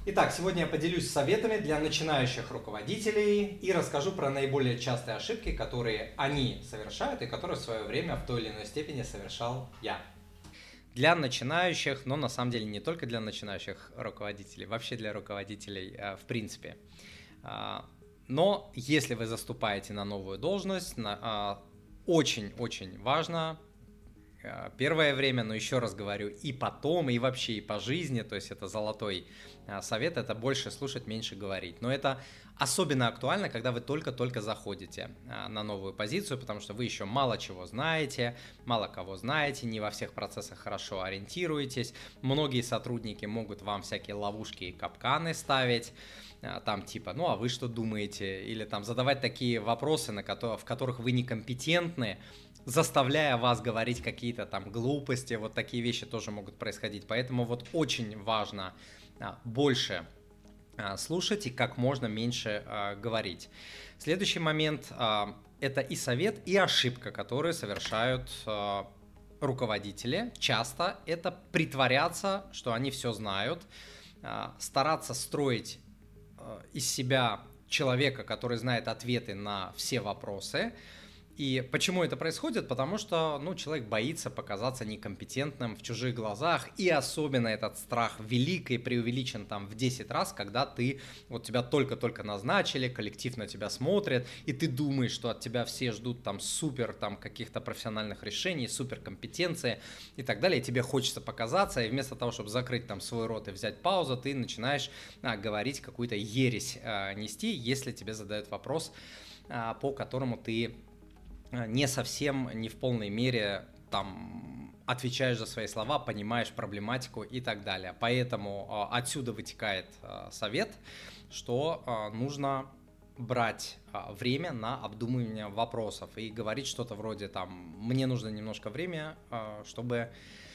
Итак, сегодня я поделюсь советами для начинающих руководителей и расскажу про наиболее частые ошибки, которые они совершают и которые в свое время в той или иной степени совершал я. Для начинающих, но на самом деле не только для начинающих руководителей, вообще для руководителей в принципе. Но если вы заступаете на новую должность, очень-очень важно первое время, но еще раз говорю, и потом, и вообще, и по жизни, то есть это золотой совет, это больше слушать, меньше говорить. Но это особенно актуально, когда вы только-только заходите на новую позицию, потому что вы еще мало чего знаете, мало кого знаете, не во всех процессах хорошо ориентируетесь. Многие сотрудники могут вам всякие ловушки и капканы ставить, там типа, ну а вы что думаете? Или там задавать такие вопросы, в которых вы некомпетентны, заставляя вас говорить какие-то там глупости, вот такие вещи тоже могут происходить. Поэтому вот очень важно больше слушать и как можно меньше говорить. Следующий момент это и совет, и ошибка, которые совершают руководители. Часто это притворяться, что они все знают, стараться строить из себя человека, который знает ответы на все вопросы. И почему это происходит? Потому что человек боится показаться некомпетентным в чужих глазах, и особенно этот страх велик и преувеличен там в 10 раз, когда тебя только-только назначили, коллектив на тебя смотрит, и ты думаешь, что от тебя все ждут там супер там каких-то профессиональных решений, супер компетенции и так далее, и тебе хочется показаться, и вместо того, чтобы закрыть там свой рот и взять паузу, ты начинаешь говорить какую-то ересь нести, если тебе задают вопрос, по которому ты не совсем, не в полной мере там отвечаешь за свои слова, понимаешь проблематику и так далее. Поэтому отсюда вытекает совет, что нужно брать время на обдумывание вопросов и говорить что-то вроде там «мне нужно немножко времени, чтобы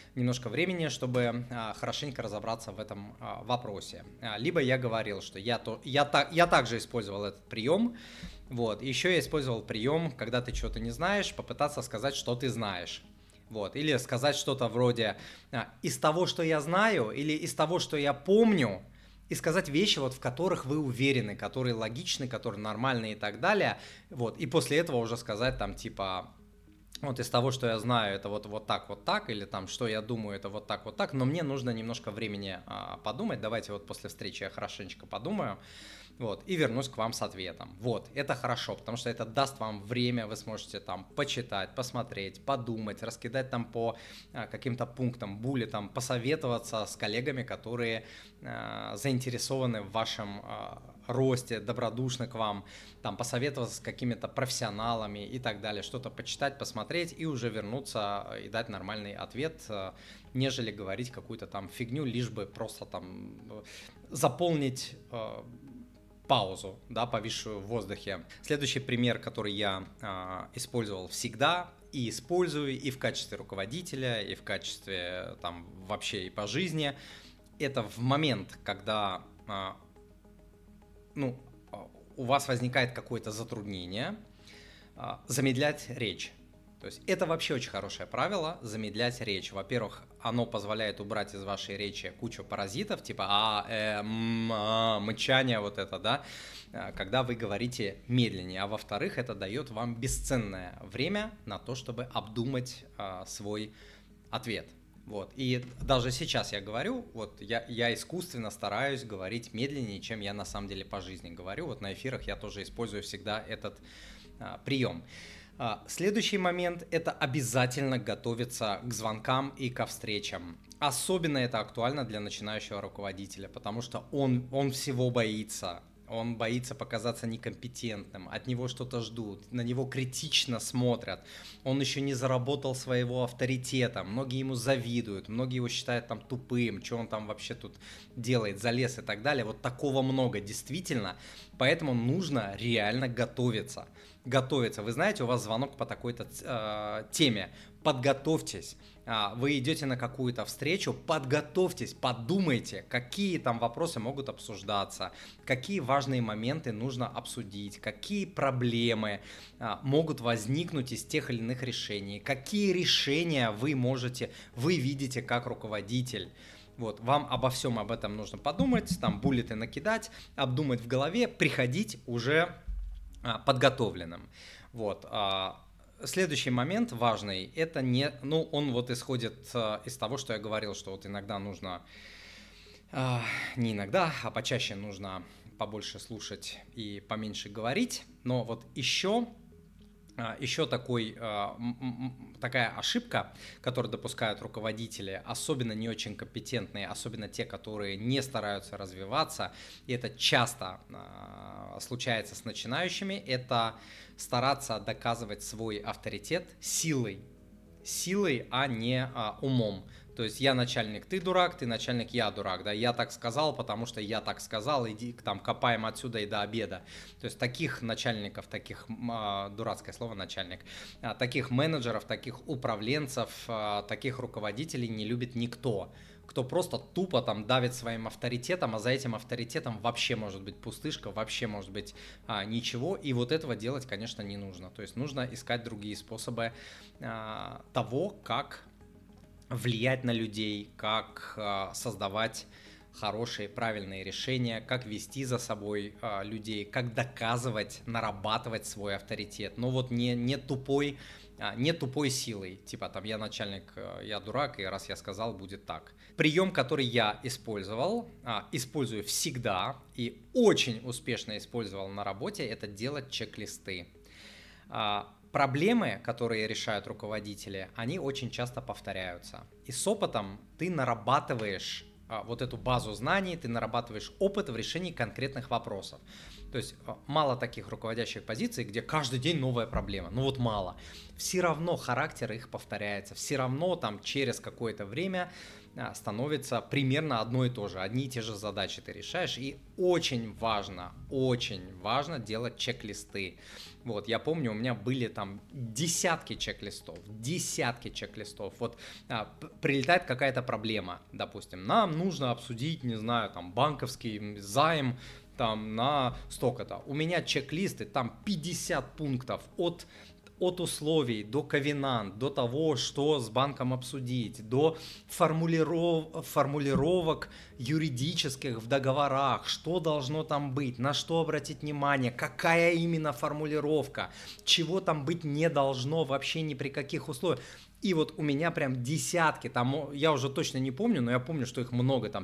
хорошенько разобраться в этом вопросе». Либо я говорил, что я также использовал этот прием. Вот. Еще я использовал прием, когда ты что-то не знаешь, попытаться сказать, что ты знаешь. Вот. Или сказать что-то вроде «из того, что я знаю», или «из того, что я помню», и сказать вещи, в которых вы уверены, которые логичны, которые нормальные и так далее. Вот. И после этого уже сказать там типа... Вот из того, что я знаю, это вот так, или там, что я думаю, это вот так, но мне нужно немножко времени подумать, давайте вот после встречи я хорошенечко подумаю, вот, и вернусь к вам с ответом. Вот, это хорошо, потому что это даст вам время, вы сможете там почитать, посмотреть, подумать, раскидать там по каким-то пунктам, буллетам, посоветоваться с коллегами, которые заинтересованы в вашем росте, добродушны к вам, там посоветоваться с какими-то профессионалами и так далее, что-то почитать, посмотреть и уже вернуться и дать нормальный ответ, нежели говорить какую-то там фигню, лишь бы просто там заполнить паузу, да, повисшую в воздухе. Следующий пример, который я использовал всегда и использую и в качестве руководителя, и в качестве там вообще и по жизни, это в момент, когда у вас возникает какое-то затруднение, замедлять речь. То есть это вообще очень хорошее правило, замедлять речь. Во-первых, оно позволяет убрать из вашей речи кучу паразитов, типа мычание вот это, да, когда вы говорите медленнее. А во-вторых, это дает вам бесценное время на то, чтобы обдумать свой ответ. Вот. И даже сейчас я говорю, вот я искусственно стараюсь говорить медленнее, чем я на самом деле по жизни говорю. Вот на эфирах я тоже использую всегда этот прием. Следующий момент – это обязательно готовиться к звонкам и ко встречам. Особенно это актуально для начинающего руководителя, потому что он всего боится. Он боится показаться некомпетентным, от него что-то ждут, на него критично смотрят, он еще не заработал своего авторитета, многие ему завидуют, многие его считают там тупым, что он там вообще тут делает, залез и так далее. Вот такого много действительно, поэтому нужно реально готовиться. Вы знаете, у вас звонок по такой-то теме, подготовьтесь. Вы идете на какую-то встречу, подготовьтесь, подумайте, какие там вопросы могут обсуждаться, какие важные моменты нужно обсудить, какие проблемы могут возникнуть из тех или иных решений, какие решения вы видите как руководитель. Вот, вам обо всем об этом нужно подумать, там буллеты накидать, обдумать в голове, приходить уже подготовленным. Вот. Следующий момент важный, это не, ну, он вот исходит из того, что я говорил, что вот иногда нужно, не иногда, а почаще нужно побольше слушать и поменьше говорить, но вот еще такая ошибка, которую допускают руководители, особенно не очень компетентные, особенно те, которые не стараются развиваться, и это часто случается с начинающими, это стараться доказывать свой авторитет силой, а не умом. То есть я начальник, ты дурак, ты начальник, я дурак, да, я так сказал, потому что я так сказал, иди там копаем отсюда и до обеда. То есть таких начальников, таких, дурацкое слово начальник, таких менеджеров, таких управленцев, таких руководителей не любит никто. Кто просто тупо там давит своим авторитетом, а за этим авторитетом вообще может быть пустышка, вообще может быть ничего, и вот этого делать, конечно, не нужно. То есть нужно искать другие способы того, как влиять на людей, как создавать хорошие, правильные решения, как вести за собой людей, как доказывать, нарабатывать свой авторитет. Но вот не тупой силой, типа там я начальник, я дурак, и раз я сказал, будет так. Прием, который я использую всегда и очень успешно использовал на работе, это делать чек-листы. Проблемы, которые решают руководители, они очень часто повторяются. И с опытом ты нарабатываешь вот эту базу знаний, ты нарабатываешь опыт в решении конкретных вопросов. То есть мало таких руководящих позиций, где каждый день новая проблема. Ну вот мало. Все равно характер их повторяется. Все равно там через какое-то время становится примерно одно и то же. Одни и те же задачи ты решаешь. И очень важно делать чек-листы. Вот, я помню, у меня были там десятки чек-листов. Вот прилетает какая-то проблема, допустим, нам нужно обсудить, не знаю, там банковский займ там на столько-то. У меня чек-листы, там 50 пунктов от условий до ковенант, до того, что с банком обсудить, до формулировок юридических в договорах, что должно там быть, на что обратить внимание, какая именно формулировка, чего там быть не должно вообще ни при каких условиях. И вот у меня прям десятки, там, я уже точно не помню, но я помню, что их много, там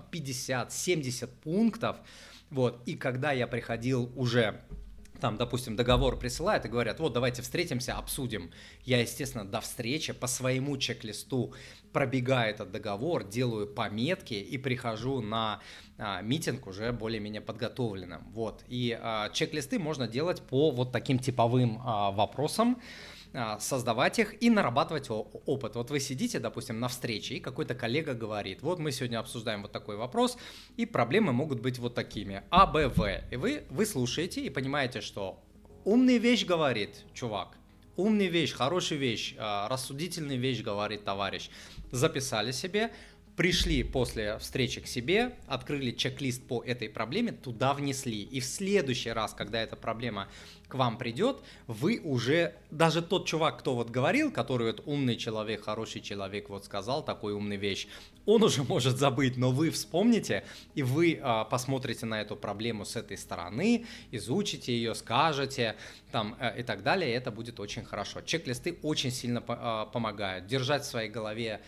50-70 пунктов. Вот, и когда я приходил уже, там, допустим, договор присылают и говорят, вот, давайте встретимся, обсудим. Я, естественно, до встречи по своему чек-листу пробегаю этот договор, делаю пометки и прихожу на митинг уже более-менее подготовленным. Вот, и чек-листы можно делать по вот таким типовым вопросам, создавать их и нарабатывать опыт. Вот вы сидите, допустим, на встрече, и какой-то коллега говорит, вот мы сегодня обсуждаем вот такой вопрос, и проблемы могут быть вот такими, А, Б, В. И вы слушаете и понимаете, что умная вещь говорит чувак, умная вещь, хорошая вещь, рассудительная вещь говорит товарищ. Записали себе, пришли после встречи к себе, открыли чек-лист по этой проблеме, туда внесли. И в следующий раз, когда эта проблема к вам придет, вы уже, даже тот чувак, кто вот говорил, который вот умный человек, хороший человек, вот сказал такую умную вещь, он уже может забыть, но вы вспомните, и вы посмотрите на эту проблему с этой стороны, изучите ее, скажете там, и так далее, и это будет очень хорошо. Чек-листы очень сильно помогают держать в своей голове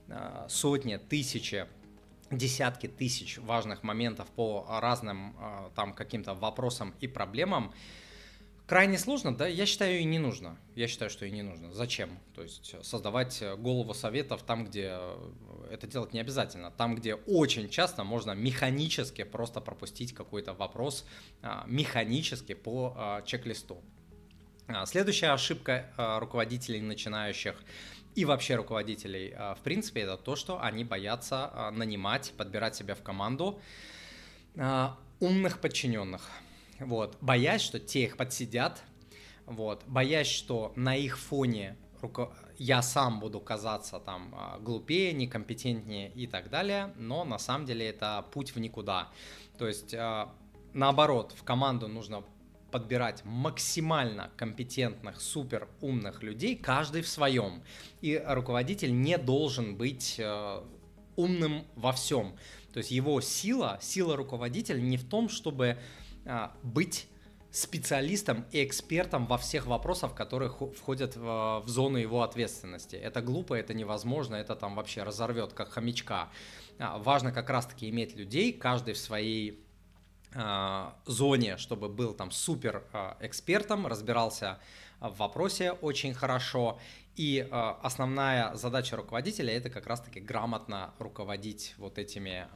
сотни, тысячи, десятки тысяч важных моментов по разным там каким-то вопросам и проблемам. Крайне сложно, да? Я считаю, и не нужно. Я считаю, что и не нужно. Зачем? То есть создавать голову советов там, где это делать не обязательно. Там, где очень часто можно механически просто пропустить какой-то вопрос механически по чек-листу. Следующая ошибка руководителей начинающих и вообще руководителей, в принципе, это то, что они боятся нанимать, подбирать себе в команду умных подчиненных. Вот, боясь, что те их подсидят, вот, боясь, что на их фоне я сам буду казаться там глупее, некомпетентнее и так далее, но на самом деле это путь в никуда. То есть, наоборот, в команду нужно подбирать максимально компетентных, супер умных людей, каждый в своем. И руководитель не должен быть умным во всем. То есть его сила руководителя не в том, чтобы быть специалистом и экспертом во всех вопросах, которые входят в зону его ответственности. Это глупо, это невозможно, это там вообще разорвет, как хомячка. Важно как раз-таки иметь людей, каждый в своей зоне, чтобы был там супер экспертом, разбирался в вопросе очень хорошо. И основная задача руководителя — это как раз-таки грамотно руководить вот этими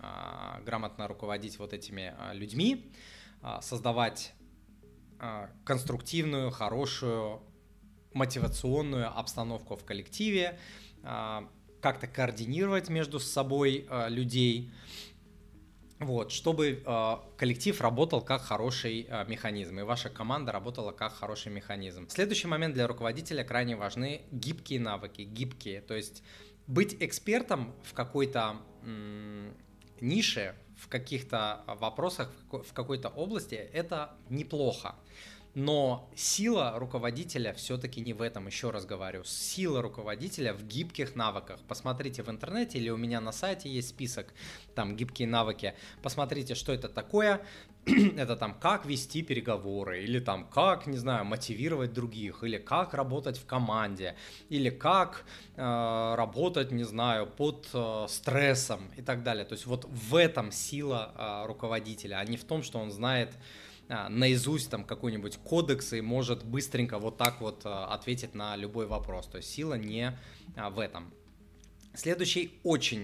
людьми, создавать конструктивную, хорошую, мотивационную обстановку в коллективе, как-то координировать между собой людей, вот, чтобы коллектив работал как хороший механизм, и ваша команда работала как хороший механизм. Следующий момент для руководителя: крайне важны гибкие навыки, то есть быть экспертом в какой-то нише, в каких-то вопросах, в какой-то области — это неплохо. Но сила руководителя все-таки не в этом, еще раз говорю. Сила руководителя в гибких навыках. Посмотрите в интернете или у меня на сайте есть список, там гибкие навыки. Посмотрите, что это такое. Это там как вести переговоры, или там как, не знаю, мотивировать других, или как работать в команде, или как работать, не знаю, под стрессом и так далее. То есть вот в этом сила руководителя, а не в том, что он знает наизусть там какой-нибудь кодекс и может быстренько вот так вот ответить на любой вопрос. То есть сила не в этом. Следующий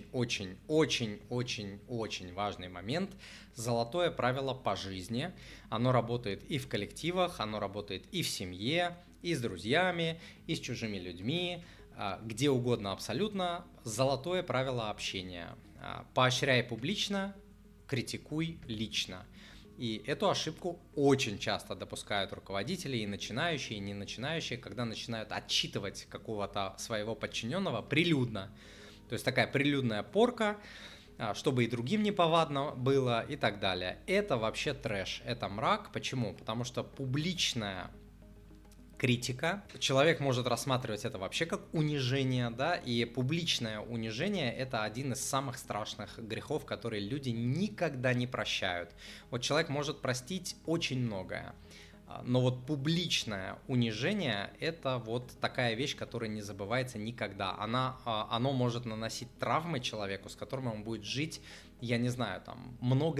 очень важный момент — золотое правило по жизни. Оно работает и в коллективах, оно работает и в семье, и с друзьями, и с чужими людьми, где угодно абсолютно. Золотое правило общения. Поощряй публично, критикуй лично. И эту ошибку очень часто допускают руководители, и начинающие, и не начинающие, когда начинают отчитывать какого-то своего подчиненного прилюдно. То есть такая прилюдная порка, чтобы и другим неповадно было и так далее. Это вообще трэш, это мрак. Почему? Потому что публичная критика, человек может рассматривать это вообще как унижение, да, и публичное унижение — это один из самых страшных грехов, которые люди никогда не прощают. Вот человек может простить очень многое, но вот публичное унижение — это вот такая вещь, которая не забывается никогда. Оно может наносить травмы человеку, с которым он будет жить, я не знаю, там, много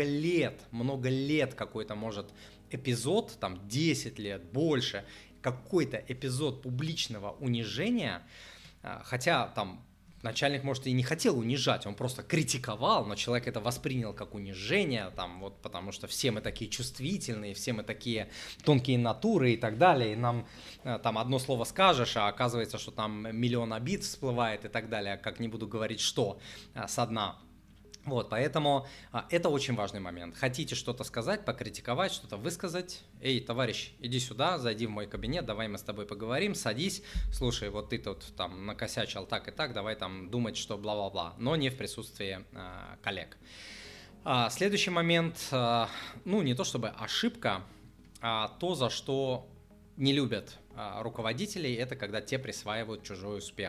лет какой-то может эпизод, там, 10 лет, больше, какой-то эпизод публичного унижения, хотя там начальник, может, и не хотел унижать, он просто критиковал, но человек это воспринял как унижение, там, вот, потому что все мы такие чувствительные, все мы такие тонкие натуры и так далее, и нам там одно слово скажешь, а оказывается, что там миллион обид всплывает и так далее, как не буду говорить что со дна. Вот, поэтому это очень важный момент. Хотите что-то сказать, покритиковать, что-то высказать? Эй, товарищ, иди сюда, зайди в мой кабинет, давай мы с тобой поговорим, садись. Слушай, вот ты тут там накосячил так и так, давай там думать, что бла-бла-бла, но не в присутствии коллег. Следующий момент, не то чтобы ошибка, а то, за что не любят руководителей, это когда те присваивают чужой успех.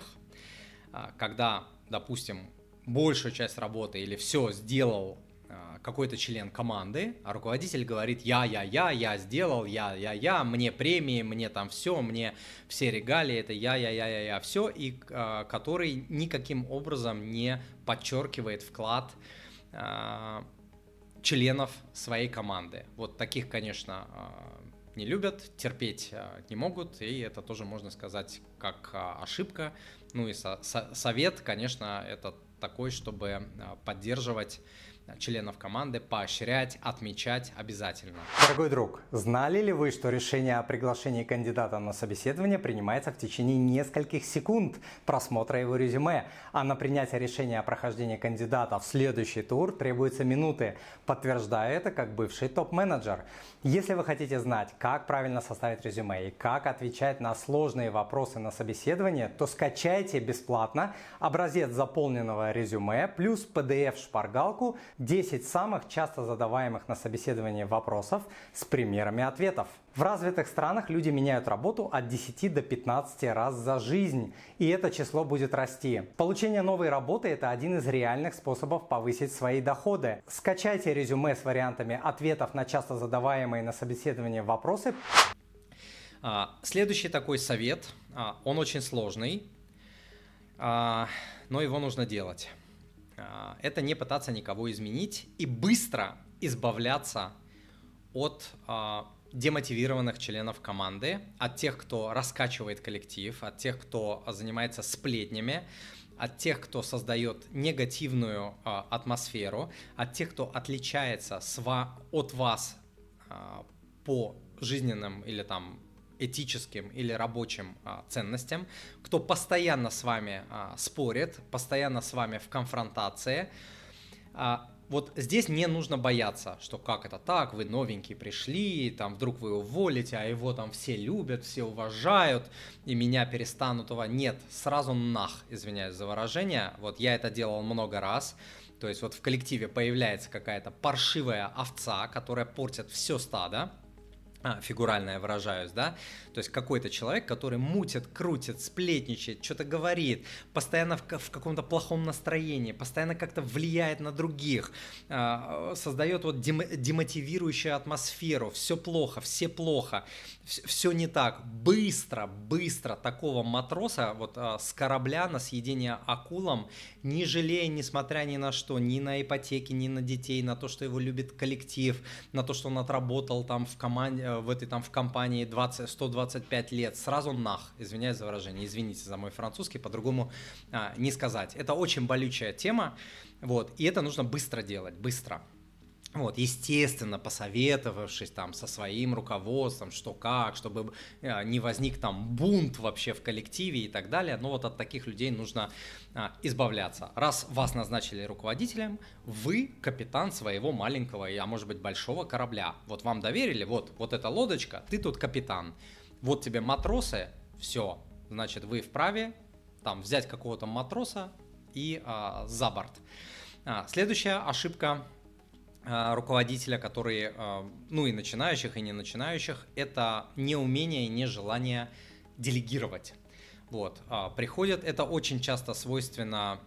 Когда, допустим, большую часть работы или все сделал какой-то член команды, а руководитель говорит: я сделал, мне премии, мне там все, мне все регалии, это я, все, и который никаким образом не подчеркивает вклад членов своей команды. Вот таких, конечно, не любят, терпеть не могут, и это тоже можно сказать как ошибка. Ну и совет, конечно, это такой, чтобы поддерживать членов команды, поощрять, отмечать обязательно. Дорогой друг, знали ли вы, что решение о приглашении кандидата на собеседование принимается в течение нескольких секунд просмотра его резюме, а на принятие решения о прохождении кандидата в следующий тур требуется минуты? Подтверждаю это как бывший топ-менеджер. Если вы хотите знать, как правильно составить резюме и как отвечать на сложные вопросы на собеседование, то скачайте бесплатно образец заполненного резюме плюс PDF-шпаргалку 10 самых часто задаваемых на собеседовании вопросов с примерами ответов. В развитых странах люди меняют работу от 10 до 15 раз за жизнь, и это число будет расти. Получение новой работы – это один из реальных способов повысить свои доходы. Скачайте резюме с вариантами ответов на часто задаваемые на собеседовании вопросы. Следующий такой совет, он очень сложный, но его нужно делать. Это не пытаться никого изменить и быстро избавляться от демотивированных членов команды, от тех, кто раскачивает коллектив, от тех, кто занимается сплетнями, от тех, кто создает негативную атмосферу, от тех, кто отличается от вас по жизненным или там этическим или рабочим ценностям, кто постоянно с вами спорит, постоянно с вами в конфронтации. Вот здесь не нужно бояться, что как это так, вы новенькие пришли, там вдруг вы уволите, а его там все любят, все уважают, и меня перестанут уважать. Нет, сразу нах, извиняюсь за выражение, вот я это делал много раз. То есть вот в коллективе появляется какая-то паршивая овца, которая портит все стадо, фигурально я выражаюсь, да, то есть какой-то человек, который мутит, крутит, сплетничает, что-то говорит, постоянно в каком-то плохом настроении, постоянно как-то влияет на других, создает вот демотивирующую атмосферу, все плохо, все плохо, все не так, быстро такого матроса вот с корабля на съедение акулам, не жалея, несмотря ни на что, ни на ипотеки, ни на детей, на то, что его любит коллектив, на то, что он отработал там в команде, в компании 125 лет, сразу нах, извиняюсь за выражение, извините за мой французский, по-другому не сказать. Это очень болючая тема, вот, и это нужно быстро делать, быстро. Вот, естественно, посоветовавшись там со своим руководством, что как, чтобы не возник там бунт вообще в коллективе и так далее, но вот от таких людей нужно избавляться. Раз вас назначили руководителем, вы капитан своего маленького, а может быть большого корабля. Вот вам доверили, вот эта лодочка, ты тут капитан. Вот тебе матросы, все, значит вы вправе там взять какого-то матроса и за борт. Следующая ошибка руководителя, которые, ну и начинающих, и не начинающих, это неумение и нежелание делегировать. Вот, приходят, это очень часто свойственно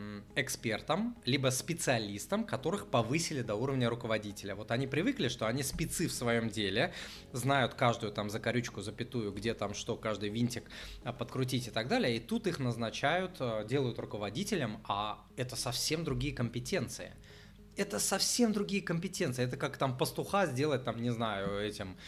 экспертам, либо специалистам, которых повысили до уровня руководителя. Вот они привыкли, что они спецы в своем деле, знают каждую там закорючку, запятую, где там что, каждый винтик подкрутить и так далее, и тут их назначают, делают руководителем, а это совсем другие компетенции. Это совсем другие компетенции. Это как там пастуха сделать, там, не знаю,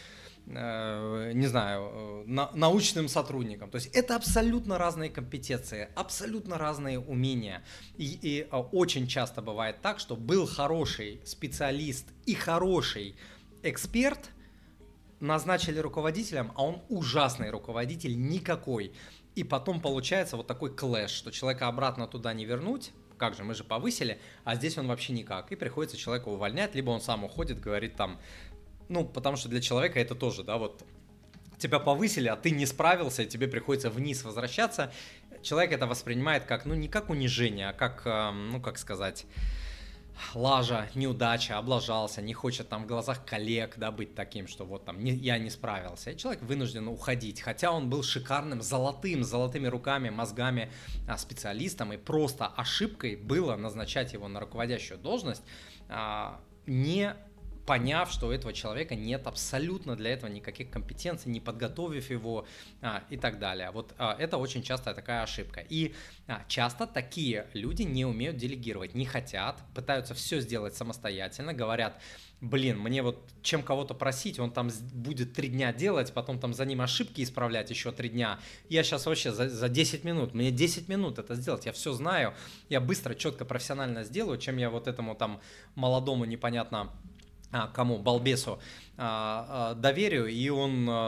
научным сотрудником. То есть это абсолютно разные компетенции, абсолютно разные умения. И очень часто бывает так, что был хороший специалист и хороший эксперт, назначили руководителем, а он ужасный руководитель, никакой. И потом получается вот такой клэш, что человека обратно туда не вернуть. Как же, мы же повысили, а здесь он вообще никак. И приходится человека увольнять, либо он сам уходит, говорит там, ну, потому что для человека это тоже, да, вот тебя повысили, а ты не справился, и тебе приходится вниз возвращаться. Человек это воспринимает как, ну, не как унижение, а как, ну, как сказать, лажа, неудача, облажался, не хочет там в глазах коллег, да, быть таким, что вот там я не справился. И человек вынужден уходить, хотя он был шикарным, золотыми руками, мозгами специалистом, и просто ошибкой было назначать его на руководящую должность, не поняв, что у этого человека нет абсолютно для этого никаких компетенций, не подготовив его и так далее. Вот это очень частая такая ошибка. И часто такие люди не умеют делегировать, не хотят, пытаются все сделать самостоятельно, говорят, блин, мне вот чем кого-то просить, он там будет 3 дня делать, потом там за ним ошибки исправлять еще 3 дня. Я сейчас вообще за 10 минут, мне 10 минут это сделать, я все знаю, я быстро, четко, профессионально сделаю, чем я вот этому там молодому непонятно кому, балбесу, доверию, и он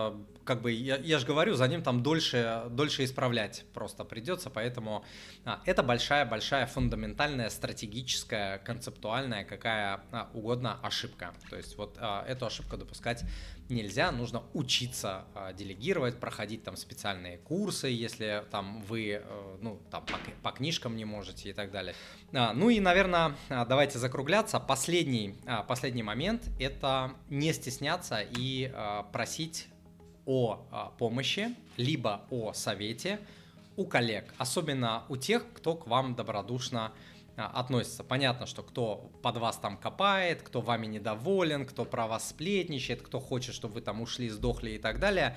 как бы, я же говорю, за ним там дольше исправлять просто придется, поэтому это большая фундаментальная, стратегическая, концептуальная, какая угодно ошибка. То есть вот эту ошибку допускать нельзя, нужно учиться делегировать, проходить там специальные курсы, если там вы, ну, там по книжкам не можете и так далее. Ну и, наверное, давайте закругляться. Последний момент – это не стесняться и просить о помощи, либо о совете у коллег, особенно у тех, кто к вам добродушно относится. Понятно, что кто под вас там копает, кто вами недоволен, кто про вас сплетничает, кто хочет, чтобы вы там ушли, сдохли и так далее.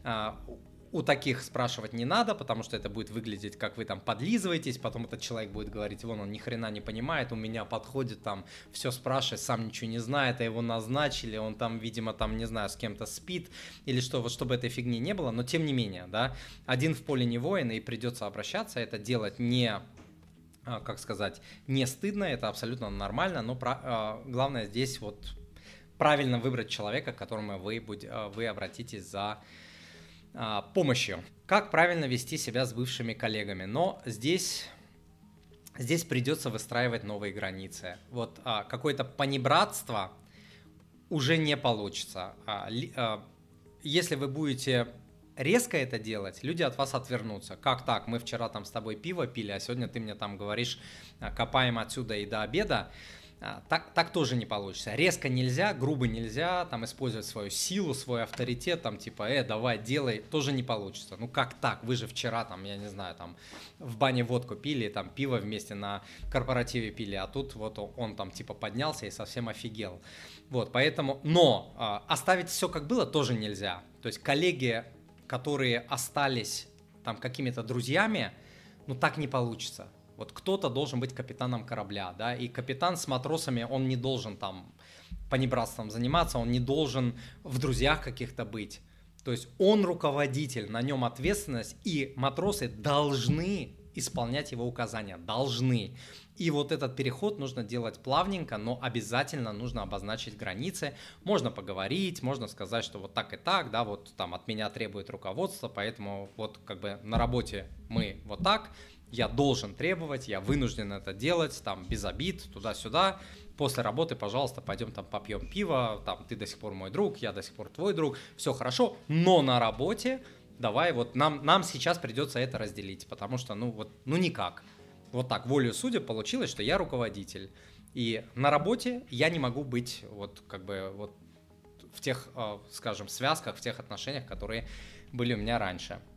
У таких спрашивать не надо, потому что это будет выглядеть, как вы там подлизываетесь, потом этот человек будет говорить, вон он ни хрена не понимает, у меня подходит там, все спрашивает, сам ничего не знает, а его назначили, он там, видимо, там, не знаю, с кем-то спит, или что, вот чтобы этой фигни не было, но тем не менее, да, один в поле не воин, и придется обращаться, это делать не, как сказать, не стыдно, это абсолютно нормально, но главное здесь вот правильно выбрать человека, к которому вы обратитесь за помощью. Как правильно вести себя с бывшими коллегами? Но здесь придется выстраивать новые границы. Вот какое-то понебратство уже не получится. Если вы будете резко это делать, люди от вас отвернутся. Как так? Мы вчера там с тобой пиво пили, а сегодня ты мне там говоришь, копаем отсюда и до обеда. Так тоже не получится. Резко нельзя, грубо нельзя, там использовать свою силу, свой авторитет, там типа, давай, делай, тоже не получится. Ну как так? Вы же вчера там, я не знаю, там в бане водку пили, там пиво вместе на корпоративе пили, а тут вот он там типа поднялся и совсем офигел. Вот, поэтому, но оставить все как было тоже нельзя. То есть коллеги, которые остались там какими-то друзьями, ну так не получится. Вот кто-то должен быть капитаном корабля, да, и капитан с матросами, он не должен там понебратством заниматься, он не должен в друзьях каких-то быть. То есть он руководитель, на нем ответственность, и матросы должны исполнять его указания, должны. И вот этот переход нужно делать плавненько, но обязательно нужно обозначить границы. Можно поговорить, можно сказать, что вот так и так, да, вот там от меня требует руководство, поэтому вот как бы на работе мы вот так, я должен требовать, я вынужден это делать, там, без обид, туда-сюда. После работы, пожалуйста, пойдем там попьем пиво, там, ты до сих пор мой друг, я до сих пор твой друг, все хорошо, но на работе давай вот нам сейчас придется это разделить, потому что, ну никак. Вот так, волею судеб получилось, что я руководитель, и на работе я не могу быть вот как бы вот в тех, скажем, связках, в тех отношениях, которые были у меня раньше.